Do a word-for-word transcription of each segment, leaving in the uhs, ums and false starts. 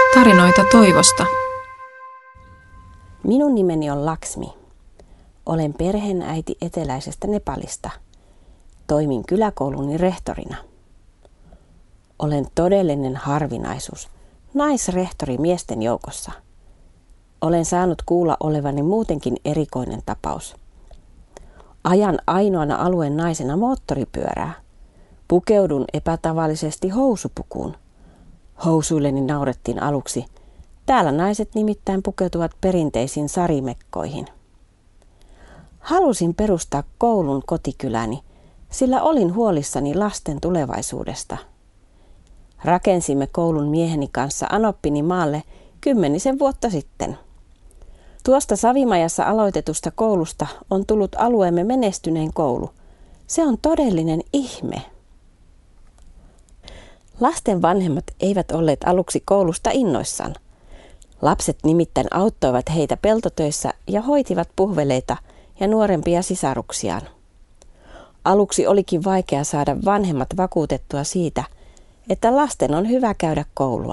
Tarinoita toivosta. Minun nimeni on Laksmi. Olen perheenäiti eteläisestä Nepalista. Toimin kyläkouluni rehtorina. Olen todellinen harvinaisuus, naisrehtori miesten joukossa. Olen saanut kuulla olevani muutenkin erikoinen tapaus. Ajan ainoana alueen naisena moottoripyörää. Pukeudun epätavallisesti housupukuun. Housuilleni naurettiin aluksi. Täällä naiset nimittäin pukeutuvat perinteisiin sarimekkoihin. Halusin perustaa koulun kotikyläni, sillä olin huolissani lasten tulevaisuudesta. Rakensimme koulun mieheni kanssa anoppini maalle kymmenisen vuotta sitten. Tuosta Savimajassa aloitetusta koulusta on tullut alueemme menestynein koulu. Se on todellinen ihme. Lasten vanhemmat eivät olleet aluksi koulusta innoissaan. Lapset nimittäin auttoivat heitä peltotöissä ja hoitivat puhveleita ja nuorempia sisaruksiaan. Aluksi olikin vaikea saada vanhemmat vakuutettua siitä, että lasten on hyvä käydä koulua.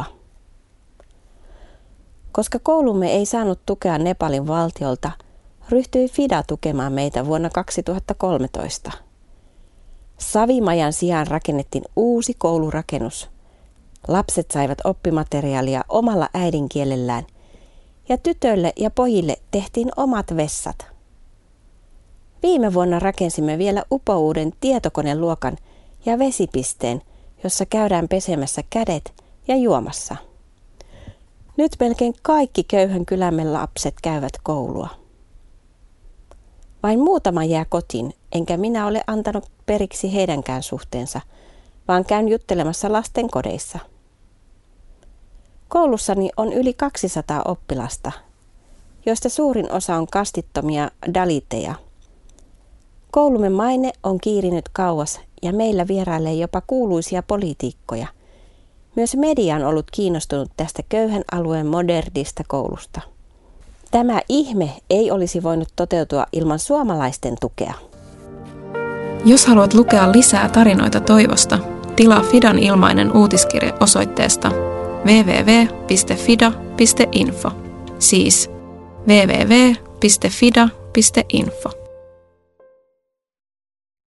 Koska koulumme ei saanut tukea Nepalin valtiolta, ryhtyi FIDA tukemaan meitä vuonna kaksituhattakolmetoista. Savimajan sijaan rakennettiin uusi koulurakennus. Lapset saivat oppimateriaalia omalla äidinkielellään ja tytöille ja pojille tehtiin omat vessat. Viime vuonna rakensimme vielä upouuden tietokoneluokan ja vesipisteen, jossa käydään pesemässä kädet ja juomassa. Nyt melkein kaikki köyhän kylämme lapset käyvät koulua. Vain muutama jää kotiin, enkä minä ole antanut periksi heidänkään suhteensa, vaan käyn juttelemassa lastenkodeissa. Koulussani on yli kaksisataa oppilasta, joista suurin osa on kastittomia daliteja. Koulumme maine on kiirinyt kauas ja meillä vierailee jopa kuuluisia poliitikkoja. Myös media on ollut kiinnostunut tästä köyhän alueen modernista koulusta. Tämä ihme ei olisi voinut toteutua ilman suomalaisten tukea. Jos haluat lukea lisää tarinoita toivosta, tilaa FIDAn ilmainen uutiskirje osoitteesta double-u double-u double-u piste fida piste info, siis double-u double-u double-u piste fida piste info.